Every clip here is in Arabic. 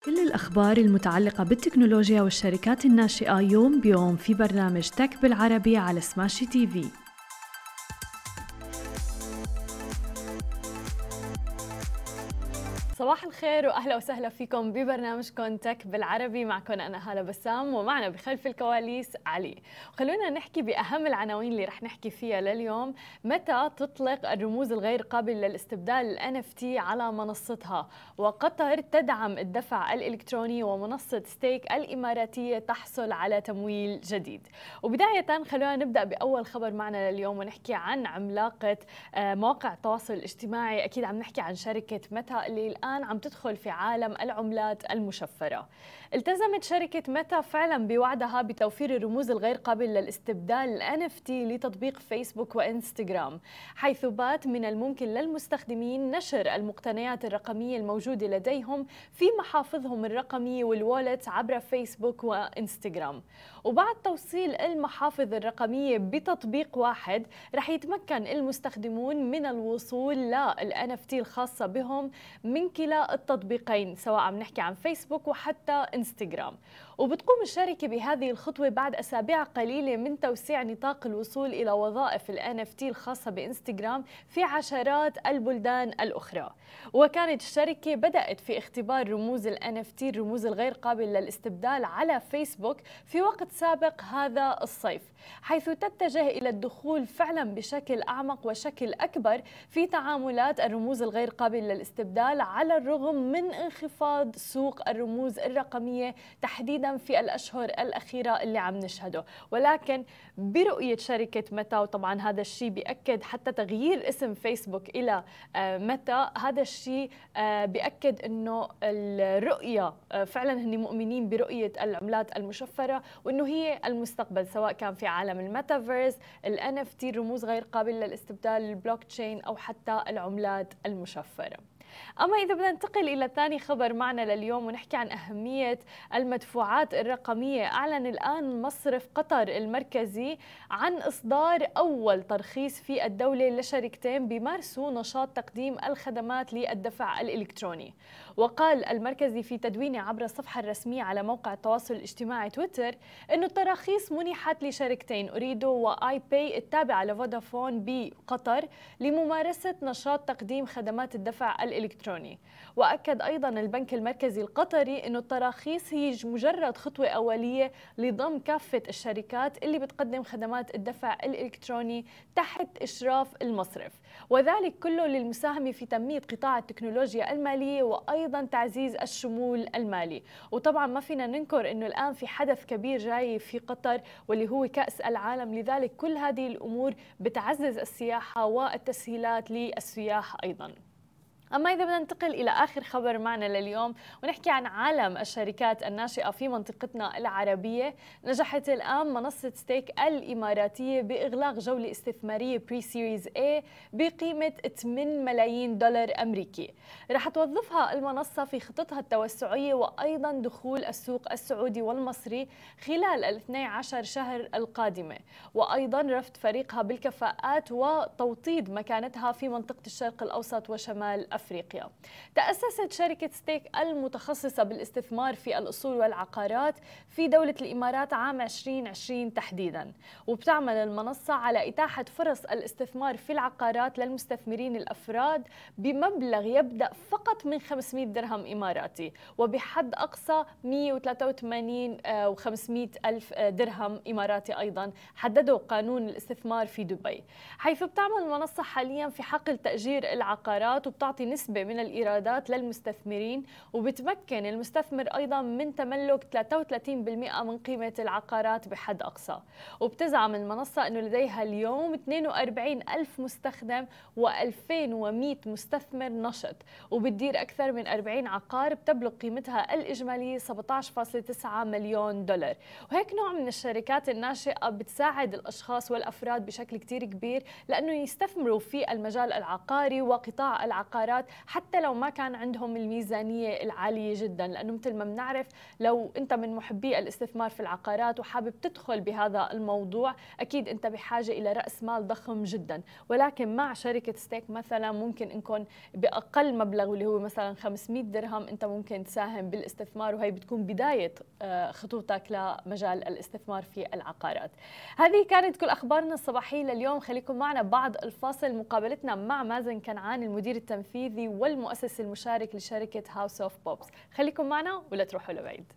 كل الأخبار المتعلقة بالتكنولوجيا والشركات الناشئة يوم بيوم في برنامج تك بالعربي على سماشي تي في. صباح الخير واهلا وسهلا فيكم ببرنامجكم تك بالعربي. معكم انا هالة بسام ومعنا بخلف الكواليس علي. خلونا نحكي باهم العناوين اللي رح نحكي فيها لليوم. متى تطلق الرموز الغير قابل للاستبدال NFT على منصتها؟ وقطر تدعم الدفع الالكتروني، ومنصة ستيك الاماراتية تحصل على تمويل جديد. وبداية خلونا نبدا باول خبر معنا لليوم ونحكي عن عملاقة مواقع التواصل الاجتماعي. اكيد عم نحكي عن شركة ميتا اللي الآن عم تدخل في عالم العملات المشفرة. التزمت شركة ميتا فعلا بوعدها بتوفير الرموز الغير قابل للاستبدال NFT لتطبيق فيسبوك وإنستغرام، حيث بات من الممكن للمستخدمين نشر المقتنيات الرقمية الموجودة لديهم في محافظهم الرقمية والوالت عبر فيسبوك وإنستغرام. وبعد توصيل المحافظ الرقمية بتطبيق واحد رح يتمكن المستخدمون من الوصول لل NFT الخاصة بهم من كلا التطبيقين، سواء عم نحكي عن فيسبوك وحتى انستغرام. وبتقوم الشركة بهذه الخطوة بعد أسابيع قليلة من توسيع نطاق الوصول إلى وظائف ال NFT الخاصة بإنستغرام في عشرات البلدان الأخرى. وكانت الشركة بدأت في اختبار رموز ال NFT الرموز الغير قابل للاستبدال على فيسبوك في وقت سابق هذا الصيف، حيث تتجه إلى الدخول فعلا بشكل أعمق وشكل أكبر في تعاملات الرموز الغير قابل للاستبدال، على الرغم من انخفاض سوق الرموز الرقمية تحديدا في الأشهر الأخيرة اللي عم نشهده. ولكن برؤية شركة ميتا، وطبعا هذا الشيء بيأكد حتى تغيير اسم فيسبوك إلى ميتا، هذا الشيء بيأكد أنه الرؤية فعلا هن مؤمنين برؤية العملات المشفرة، وأنه هي المستقبل، سواء كان في عالم الميتافيرس، ال NFT رموز غير قابل للاستبدال، البلوك تشين، أو حتى العملات المشفرة. أما إذا بدنا ننتقل إلى ثاني خبر معنا لليوم ونحكي عن أهمية المدفوعات الرقمية، أعلن الآن مصرف قطر المركزي عن إصدار أول ترخيص في الدولة لشركتين بيمارسوا نشاط تقديم الخدمات للدفع الإلكتروني. وقال المركزي في تدوينه عبر الصفحة الرسمية على موقع التواصل الاجتماعي تويتر أن التراخيص منحت لشركتين أوريدو وآي باي التابعة لفودافون بقطر لممارسة نشاط تقديم خدمات الدفع الإلكتروني. وأكد أيضا البنك المركزي القطري أن التراخيص هي مجرد خطوة أولية لضم كافة الشركات اللي بتقدم خدمات الدفع الإلكتروني تحت إشراف المصرف، وذلك كله للمساهمة في تنمية قطاع التكنولوجيا المالية وأيضا تعزيز الشمول المالي. وطبعا ما فينا ننكر أنه الآن في حدث كبير جاي في قطر واللي هو كأس العالم، لذلك كل هذه الأمور بتعزز السياحة والتسهيلات للسياح أيضا. أما إذا بدنا ننتقل إلى آخر خبر معنا لليوم ونحكي عن عالم الشركات الناشئة في منطقتنا العربية، نجحت الآن منصة ستيك الإماراتية بإغلاق جولة استثمارية بري سيريز A بقيمة 8 ملايين دولار أمريكي. رح توظفها المنصة في خطتها التوسعية وأيضا دخول السوق السعودي والمصري خلال ال 12 شهر القادمة، وأيضا رفض فريقها بالكفاءات وتوطيد مكانتها في منطقة الشرق الأوسط وشمال أفريقيا. تأسست شركة ستيك المتخصصة بالاستثمار في الأصول والعقارات في دولة الإمارات عام 2020 تحديدا، وبتعمل المنصة على إتاحة فرص الاستثمار في العقارات للمستثمرين الأفراد بمبلغ يبدأ فقط من 500 درهم إماراتي، وبحد أقصى 183 و500 ألف درهم إماراتي أيضا حدده قانون الاستثمار في دبي. حيث بتعمل المنصة حاليا في حقل تأجير العقارات وبتعطي نسبة من الإيرادات للمستثمرين، وبتمكن المستثمر أيضا من تملك 33% من قيمة العقارات بحد أقصى. وبتزعم المنصة أنه لديها اليوم 42 ألف مستخدم و2100 مستثمر نشط، وبتدير أكثر من 40 عقار بتبلغ قيمتها الإجمالية 17.9 مليون دولار. وهيك نوع من الشركات الناشئة بتساعد الأشخاص والأفراد بشكل كتير كبير لأنه يستثمروا في المجال العقاري وقطاع العقارات العقارات حتى لو ما كان عندهم الميزانية العالية جدا، لأنه مثل ما بنعرف لو أنت من محبي الاستثمار في العقارات وحابب تدخل بهذا الموضوع أكيد أنت بحاجة إلى رأس مال ضخم جدا، ولكن مع شركة ستيك مثلا ممكن إنكم بأقل مبلغ اللي هو مثلا 500 درهم أنت ممكن تساهم بالاستثمار، وهي بتكون بداية خطوتك لمجال الاستثمار في العقارات. هذه كانت كل أخبارنا الصباحية لليوم. خليكم معنا بعد الفاصل مقابلتنا مع مازن كنعان المدير التنفيذي والمؤسس المشارك لشركة هاوس اوف بوبس. خليكم معنا ولا تروحوا لبعيد.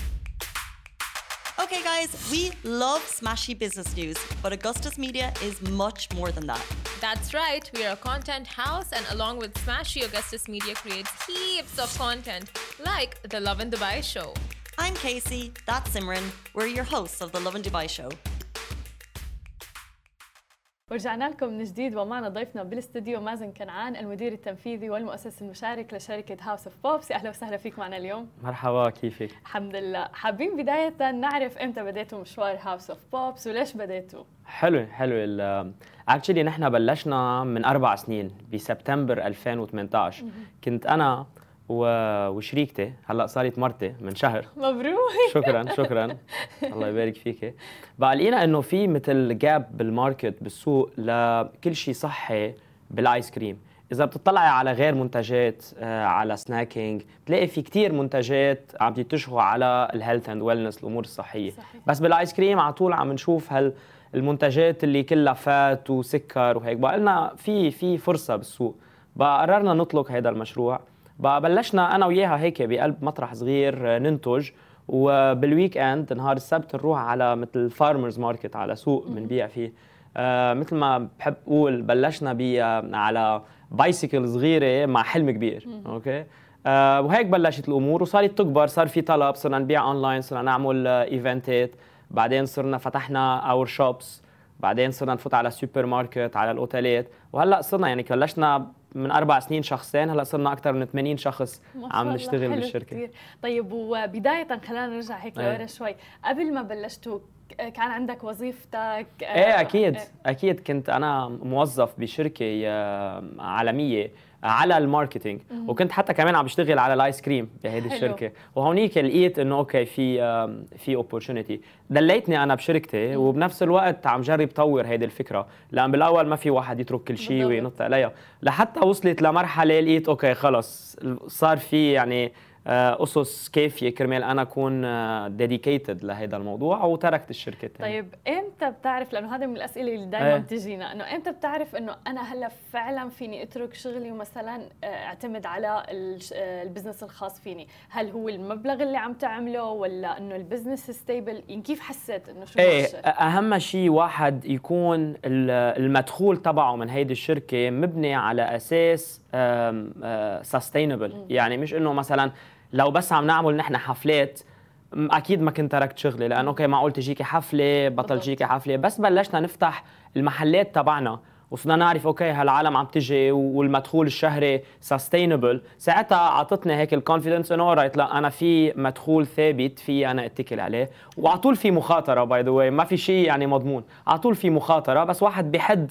Okay guys, we love smashy business news, but Augustus Media is much more than that. That's right, we are a content house, and along with Smashy, Augustus Media creates heaps of content, like the Lovin Dubai show. I'm Casey, that's Simran. We're your hosts of the Lovin Dubai show. ورجعنا لكم من جديد ومعنا ضيفنا بالاستوديو مازن كنعان المدير التنفيذي والمؤسس المشارك لشركة هاوس اوف بوبس. اهلا وسهلا فيك معنا اليوم. مرحبا، كيفك؟ الحمد لله. حابين بداية نعرف امتى بديتوا مشوار هاوس اوف بوبس وليش بديتوا؟ حلو اكشلي نحن بلشنا من 4 سنين بسبتمبر 2018. كنت انا وشريكتي، هلا صارت مرتي من شهر. مبروك. شكرا الله يبارك فيك. بقى لقينا انه في مثل جاب بالماركت بالسوق لكل شيء صحي بالايس كريم. اذا بتطلعي على غير منتجات على سناكينج بتلاقي في كتير منتجات عم يتجهوا على الهيلث اند ويلنس، الامور الصحيه. صحيح. بس بالايس كريم على طول عم نشوف المنتجات اللي كلها فات وسكر وهيك. بقى لنا في فرصه بالسوق، بقى قررنا نطلق هذا المشروع. بقى بلشنا انا وياها هيك بقلب مطرح صغير ننتج، وبالويك اند نهار السبت نروح على مثل فارمرز ماركت، على سوق بنبيع فيه. مثل ما بحب اقول بلشنا على بايسيكل صغيره مع حلم كبير. اوكي. وهيك بلشت الامور وصارت تكبر، صار في طلب، صرنا نبيع اونلاين، صرنا نعمل ايفنتات، بعدين صرنا فتحنا اور شوبس، بعدين صرنا نفوت على السوبر ماركت، على الاوتيلات، وهلا صرنا يعني بلشنا من 4 سنين شخصين، هلا صرنا اكثر من 80 شخص عم نشتغل بالشركه. كتير. طيب وبدايه خلينا نرجع هيك لورا شوي، قبل ما بلشتوا كان عندك وظيفتك؟ ايه اكيد كنت انا موظف بشركه عالميه على الماركتينج، وكنت حتى كمان عم بشتغل على الايس كريم بهيدي الشركه. وهونيك لقيت انه اوكي في اوبورتونيتي، دليتني انا بشركتي وبنفس الوقت عم جرب طور هيدي الفكره، لان بالاول ما في واحد يترك كل شيء وينط عليها، لحتى وصلت لمرحله لقيت اوكي خلص صار في يعني أسس كافية كرمال أنا أكون ديديكيتد لهذا الموضوع، وتركت الشركة تاني. طيب إمتى بتعرف، لأنه هذا من الأسئلة اللي دائما بتجينا، إنه إمتى بتعرف إنه أنا هلا فعلا فيني أترك شغلي ومثلا أعتمد على البزنس الخاص فيني؟ هل هو المبلغ اللي عم تعمله ولا إنه البزنس ستيبل؟ يعني كيف حسيت إنه شو أهم شيء واحد يكون المدخول تبعه من هيدي الشركة مبني على أساس sustainable. يعني مش إنه مثلا لو بس عم نعمل نحن حفلات اكيد ما كنت تركت شغلي، لانه اوكي معقول تجيكي حفله بطل تجيكي حفله. بس بلشنا نفتح المحلات تبعنا وصرنا نعرف اوكي هالعالم عم تجي والمدخول الشهري سستينبل، ساعتها اعطتني هيك الكونفيدنس انه اورايت لا انا في مدخول ثابت في انا اتكل عليه. وعلى طول في مخاطره باي ذا واي، ما في شيء يعني مضمون، على طول في مخاطره، بس واحد بحد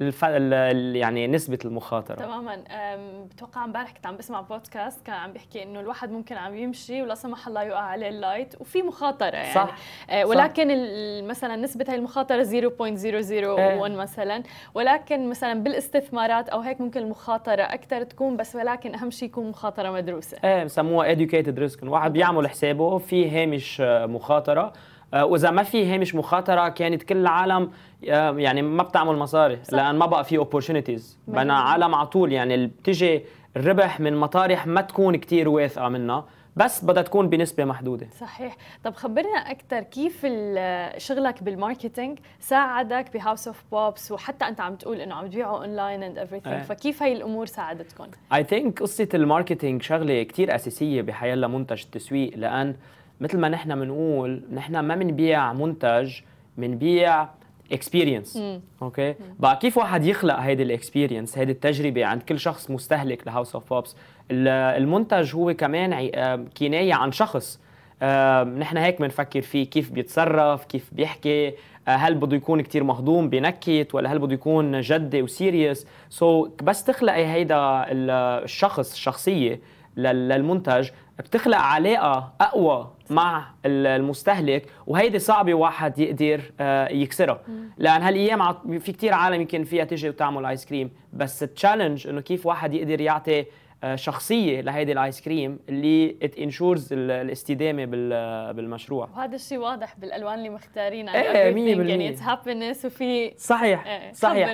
يعني نسبة المخاطرة. تماما. بتوقع امبارح كنت عم بسمع بودكاست كان عم بيحكي انه الواحد ممكن عم يمشي ولا سمح الله يقع عليه اللايت وفي مخاطرة يعني. صح. ولكن مثلا نسبة هاي المخاطرة 0.001 مثلا، ولكن مثلا بالاستثمارات او هيك ممكن المخاطرة اكثر تكون، بس ولكن اهم شيء يكون مخاطرة مدروسة. ايه بسموها educated risk، واحد بيعمل حسابه في هامش مخاطرة، وإذا ما في هامش مخاطرة كانت كل العالم يعني ما بتعمل مصاري. صح. لأن ما بقى في opportunities، بنا عالم على طول يعني بتجي الربح من مطارح ما تكون كتير واثقة منها، بس بدها تكون بنسبة محدودة. صحيح. طب خبرنا أكثر كيف شغلك بالماركتينج ساعدك بهاوس اوف بوبس، وحتى أنت عم تقول إنه عم تبيعوا أونلاين اند everything، فكيف هاي الأمور ساعدتكم؟ I think قصة الماركتينج شغلة كتير أساسية بحياة منتج التسويق، لأن مثل ما نحن بنقول نحن ما بنبيع منتج، بنبيع experience. اوكي. بقى كيف واحد يخلق هيدي الاكسبيرينس، هيدي التجربه عند كل شخص مستهلك لهاوس اوف بوبس؟ المنتج هو كمان كنايه عن شخص نحن هيك بنفكر فيه، كيف بيتصرف، كيف بيحكي، هل بده يكون كتير مهضوم بنكت ولا هل بده يكون جدي وسيريس. بس تخلقي هيدا الشخصيه للمنتج بتخلق علاقه اقوى مع المستهلك، وهيدي صعبه واحد يقدر يكسرها. لان هالايام في كتير عالم يمكن فيها تيجي وتعمل ايس كريم، بس التشالنج انه كيف واحد يقدر يعطي شخصية لهيدي الايس كريم اللي انشورز الاستدامة بالمشروع. وهذا الشيء واضح بالالوان اللي مختارينها. يعني اتس هابينس وفي صحيح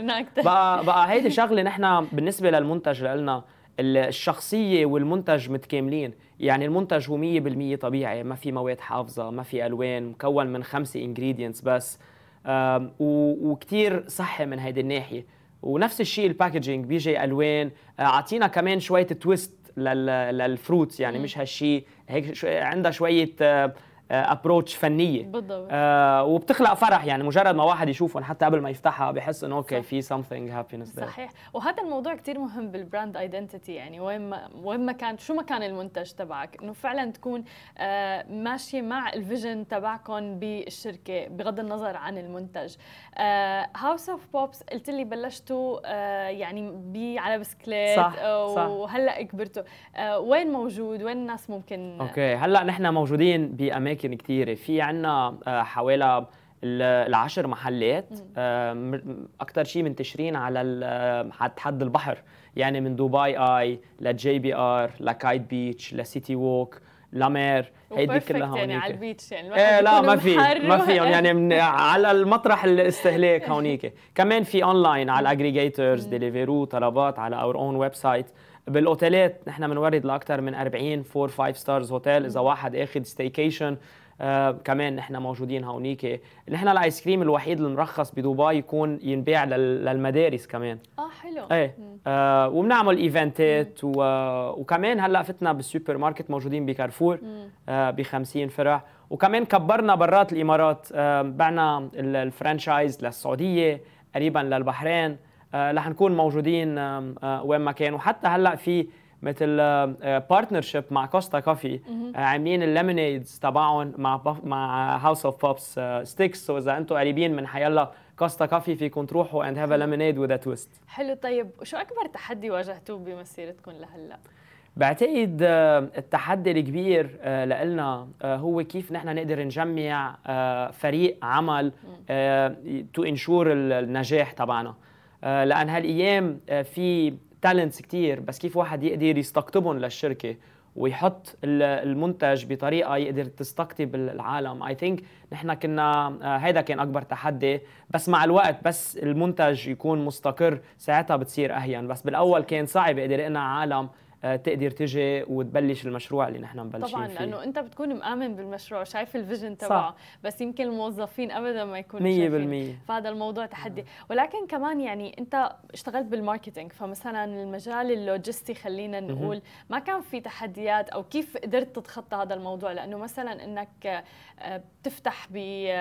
بقى هيدي شغلة نحن بالنسبة للمنتج لنا الشخصية والمنتج متكاملين. يعني المنتج هو 100% طبيعي، ما في مواد حافظة، ما في ألوان، مكون من 5 ingredients بس، وكتير صحي من هيدي الناحية. ونفس الشيء الباكجينج بيجي ألوان، عطينا كمان شوية تويست للفروتس، يعني مش هالشيء هيك عندها شوية ابروتش فنيه بالضبط. وبتخلق فرح، يعني مجرد ما واحد يشوفهم حتى قبل ما يفتحها بحس انه اوكي في something happiness there. صحيح. وهذا الموضوع كتير مهم بالبراند ايدنتيتي، يعني وين ما كان شو ما كان المنتج تبعك، انه فعلا تكون ماشي مع الفيجن تبعكم بالشركه بغض النظر عن المنتج. هاوس اوف بوبس قلت لي بلشتوا يعني على بسكليت، صح. وهلا كبرتوا. وين موجود؟ وين الناس ممكن اوكي هلا نحن موجودين باماكن كثيره، في عنا حوالي 10 محلات، اكثر شيء منتشرين على حد البحر، يعني من دبي اي لجي بي ار لكايت بيتش لسيتي ووك لامير، هيدي كلها هونيك. يعني على البيتش يعني لا ما فيهم يعني على المطرح الاستهلاك هونيك. كمان في اونلاين على الاجريجيتورز، ديليفيرو، طلبات على اور اون ويب سايت. بالاوتيلات نحن بنورد لاكثر من 40 4 5 ستارز هوتيل، اذا واحد اخذ ستيكيشن كمان نحن موجودين هونيك. نحن الايس كريم الوحيد المرخص بدبي يكون ينباع للمدارس كمان. حلو. ايه وبنعمل ايفنتات وكمان هلا فتنا بالسوبر ماركت، موجودين بكارفور ب50 فرع، وكمان كبرنا برات الامارات، بعنا الفرانشايز للسعوديه، قريبا للبحرين، رح نكون موجودين وين ما كان. وحتى هلا في مثل بارتنرشيب مع كوستا كوفي، عاملين الليمونيدز تبعهم مع هاوس اوف بوبس ستيكس. سو اذا انتم قريبين من حيلا كوستا كوفي فيكم تروحوا اند هاف ا ليمونيد وذ ا تويست. حلو. طيب شو اكبر تحدي واجهتوه بمسيرتكم لهلا؟ بعتقد التحدي الكبير لنا هو كيف نحن نقدر نجمع فريق عمل تو انشور النجاح تبعنا، لان هالايام في تالنتس كتير، بس كيف واحد يقدر يستقطبهم للشركه ويحط المنتج بطريقه يقدر تستقطب العالم. اي ثينك نحن كنا هيدا كان اكبر تحدي، بس مع الوقت بس المنتج يكون مستقر ساعتها بتصير اهين. بس بالاول كان صعب يقدر لنا عالم تقدر تجي وتبلش المشروع اللي نحن مبلشين طبعا فيه. لانه انت بتكون مآمن بالمشروع، شايف الفيجن تبعه، بس يمكن الموظفين ابدا ما يكونوا 100%. شايفين، فهذا الموضوع تحدي. ولكن كمان يعني انت اشتغلت بالماركتينج، فمثلا المجال اللوجستي خلينا نقول ما كان في تحديات، او كيف قدرت تتخطى هذا الموضوع؟ لانه مثلا انك تفتح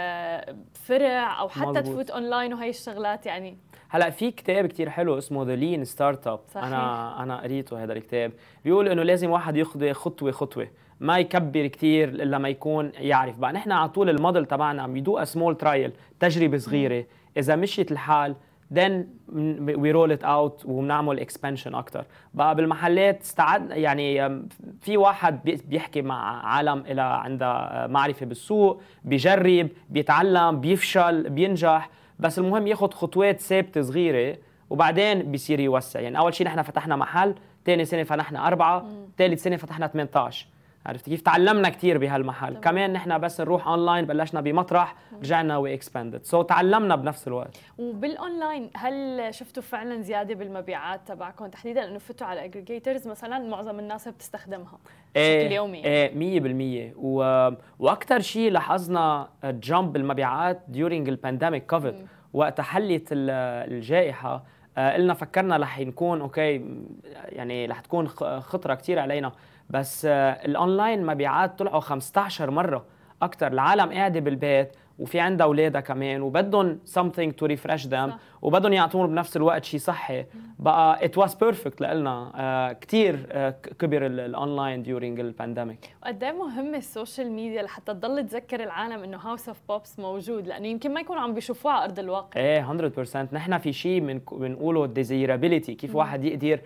بفرع او حتى مزبوط. تفوت اونلاين وهي الشغلات. يعني هلا في كتاب كتير حلو اسمه ذا لين ستارت اب، انا قريته هذا الكتاب، بيقول انه لازم واحد ياخذ خطوه خطوه، ما يكبر كتير الا ما يكون يعرف. بقى نحن على طول الموديل تبعنا عم يدو سمول ترايل، تجربه صغيره، اذا مشيت الحال then we roll it out وبنعمل expansion اكثر. بقى بالمحلات يعني في واحد بيحكي مع عالم إلى عندها معرفه بالسوق، بيجرب، بيتعلم، بيفشل، بينجح، بس المهم ياخذ خطوات ثابته صغيره وبعدين بيصير يوسع. يعني اول شيء نحن فتحنا محل، ثاني سنه فتحنا 4، ثالث سنه فتحنا 18. عرفت كيف؟ تعلمنا كثير بهالمحل. طبعا. كمان نحن بس نروح اونلاين، بلشنا بمطرح، رجعنا واكسباندد، تعلمنا بنفس الوقت. وبالاونلاين هل شفتوا فعلا زياده بالمبيعات تبعكم تحديدا، انه فتوا على اجريجيتورز مثلا معظم الناس بتستخدمها بشكل يومي؟ يعني 100%. واكثر شيء لاحظنا جامب بالمبيعات during البانديميك كوفيد، وقت حلت الجائحه، قلنا فكرنا رح نكون اوكي، يعني رح تكون خطره كثير علينا، بس الاونلاين مبيعات طلعوا 15 مره اكثر. العالم قاعده بالبيت وفي عندها اولادها كمان وبدهم something to refresh them وبدهم يعطون بنفس الوقت شيء صحي. بقى it was perfect لنا. كتير كبر الاونلاين during البانديميك. وقد ايه مهمه السوشيال ميديا لحتى تضل تذكر العالم انه هاوس اوف بوبس موجود، لانه يمكن ما يكونوا عم بيشوفوها على ارض الواقع. ايه 100%. نحن في شيء بنقوله desirability، كيف واحد يقدر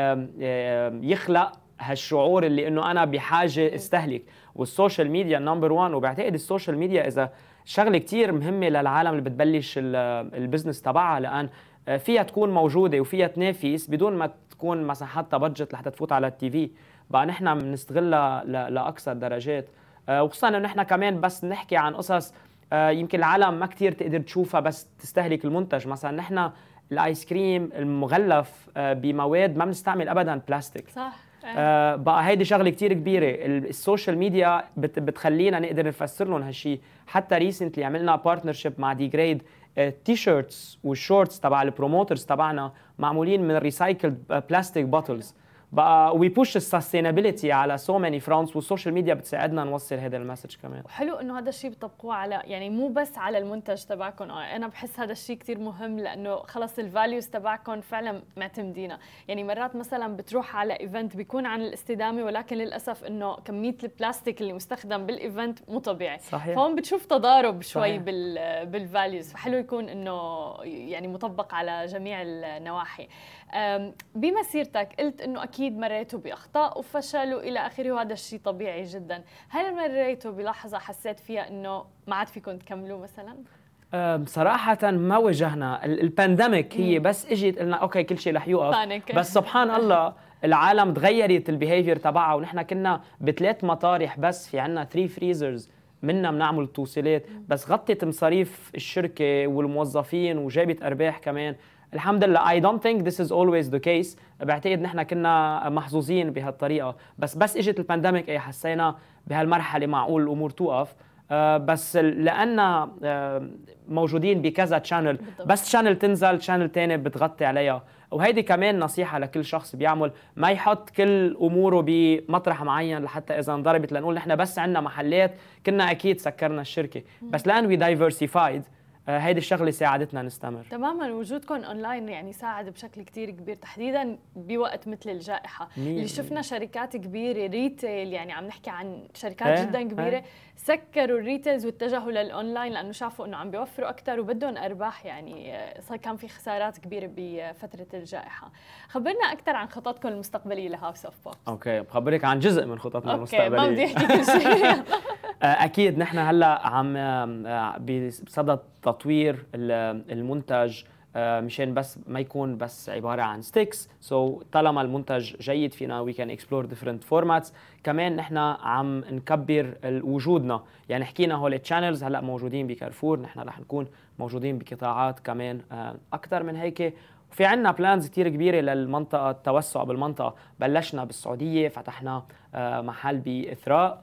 يخلق هالشعور اللي انه انا بحاجه استهلك. والسوشيال ميديا نمبر 1. وبعتقد السوشيال ميديا اذا شغله كتير مهمه للعالم اللي بتبلش البزنس تبعها، لان فيها تكون موجوده وفيها تنافس بدون ما تكون مثلا حتى بادجت لحتى تفوت على التي في. بقى نحن بنستغلها لاقصى الدرجات. وخصوصا انه نحن كمان بس نحكي عن قصص يمكن العالم ما كتير تقدر تشوفها بس تستهلك المنتج. مثلا نحن الايس كريم المغلف بمواد ما بنستعمل ابدا بلاستيك. صح. بقى هيدي شغله كتير كبيره. السوشيال ميديا بتخلينا نقدر نفسر لهم هالشيء. حتى ريسنتلي عملنا بارتنرشيب مع دي جريد، تي شيرتس والشورتس تبع البروموترز تبعنا معمولين من ريسايكلد بلاستيك بوتلز. بقى وي بوش السستينابيلتي على سو ماني فرونتس، والسوشيال ميديا بتساعدنا نوصل هذا المسج كمان. وحلو انه هذا الشيء بتطبقوه على يعني مو بس على المنتج تبعكم. انا بحس هذا الشيء كتير مهم، لانه خلص الفاليوز تبعكم فعلا معتمدينها. يعني مرات مثلا بتروح على ايفنت بيكون عن الاستدامه، ولكن للاسف انه كميه البلاستيك اللي مستخدم بالايفنت مو طبيعي. صحيح. فهون بتشوف تضارب شوي بالفاليوز. فحلو يكون انه يعني مطبق على جميع النواحي. بمسيرتك قلت انه اكيد مريتوا باخطاء وفشل والى اخره، وهذا الشيء طبيعي جدا. هل مريتوا بلحظه حسيت فيها انه ما عاد فيكم تكملوا مثلا؟ بصراحة ما واجهنا البانديميك. هي بس اجت قلنا اوكي كل شيء رح يوقف. بس سبحان الله العالم تغيرت البيهيفير تبعها، ونحن كنا ب3 مطارح بس، في عنا 3 فريزرز منا بنعمل توصيلات، بس غطت مصاريف الشركة والموظفين وجابت ارباح كمان. الحمد لله. I don't think this is always the case. بعتقد نحن كنا محظوظين بهالطريقة. بس اجت البانديميك اي حسينا بهالمرحلة معقول الامور توقف. بس لأننا موجودين بكذا تشانل، بس تشانل تنزل تشانل تاني بتغطي عليها. وهيدي كمان نصيحة لكل شخص بيعمل، ما يحط كل أموره بمطرح معين لحتى إذا انضربت، لنقول نحن بس عنا محلات كنا أكيد سكرنا الشركة. بس لأن we diversified هيدي الشغله ساعدتنا نستمر. تماما. وجودكم اونلاين يعني ساعد بشكل كتير كبير، تحديدا بوقت مثل الجائحه اللي شفنا شركات كبيره ريتيل، يعني عم نحكي عن شركات جدا كبيره سكروا الريتيلز واتجهوا للاونلاين لانه شافوا انه عم بيوفروا اكثر وبدهم ارباح. يعني كان في خسارات كبيره بفتره الجائحه. خبرنا اكثر عن خططكم المستقبليه لهاوس اوف بوبس. اوكي بخبرك عن جزء من خططنا المستقبليه. ما بدي احكي كل شيء. اكيد نحن هلا عم بصدد تطوير المنتج مشان بس ما يكون بس عباره عن ستيكس. طالما المنتج جيد فينا we can explore different formats. كمان نحن عم نكبر وجودنا، يعني حكينا هول التشانلز هلا موجودين بكارفور، نحن رح نكون موجودين بقطاعات كمان اكثر من هيك. وفي عنا بلانز كتير كبيره للمنطقه، التوسع بالمنطقه. بلشنا بالسعوديه، فتحنا محل باثراء،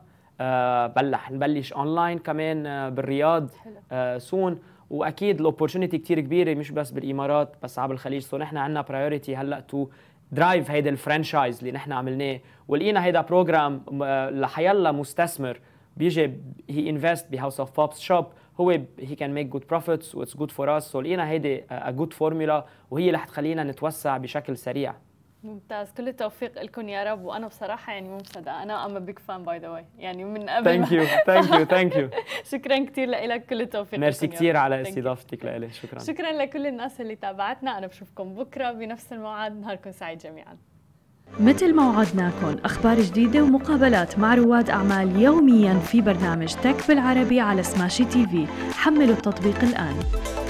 نبلش اونلاين كمان بالرياض سون. واكيد الاوبورتونيتي كتير كبيره مش بس بالامارات بس على الخليج. نحن عندنا برايورتي هلا تو درايف هيدا الفرانشايز اللي نحن عملناه، ولقينا هيدا بروجرام لحيلا مستثمر بيجي هي انفست بهاوس اوف بوبس شوب، هو هي كان ميك جود بروفيتس واتس جود فور اس. لقينا هيدي ا جود فورمولا، وهي رح تخلينا نتوسع بشكل سريع. ممتاز. كل التوفيق لكم يا رب. وانا بصراحه يعني مو مصدقه، انا ام بيج فان باي ذا واي، يعني من قبل. ثانك يو. شكرا كثير لك. كل التوفيق. ميرسي كثير على استضافتك لإلي. شكرا لكل الناس اللي تابعتنا. انا بشوفكم بكره بنفس الموعد. نهاركم سعيد جميعا. مثل ما وعدناكم أخبار جديدة ومقابلات مع رواد أعمال يومياً في برنامج تك بالعربي على سماشي تي في. حملوا التطبيق الآن.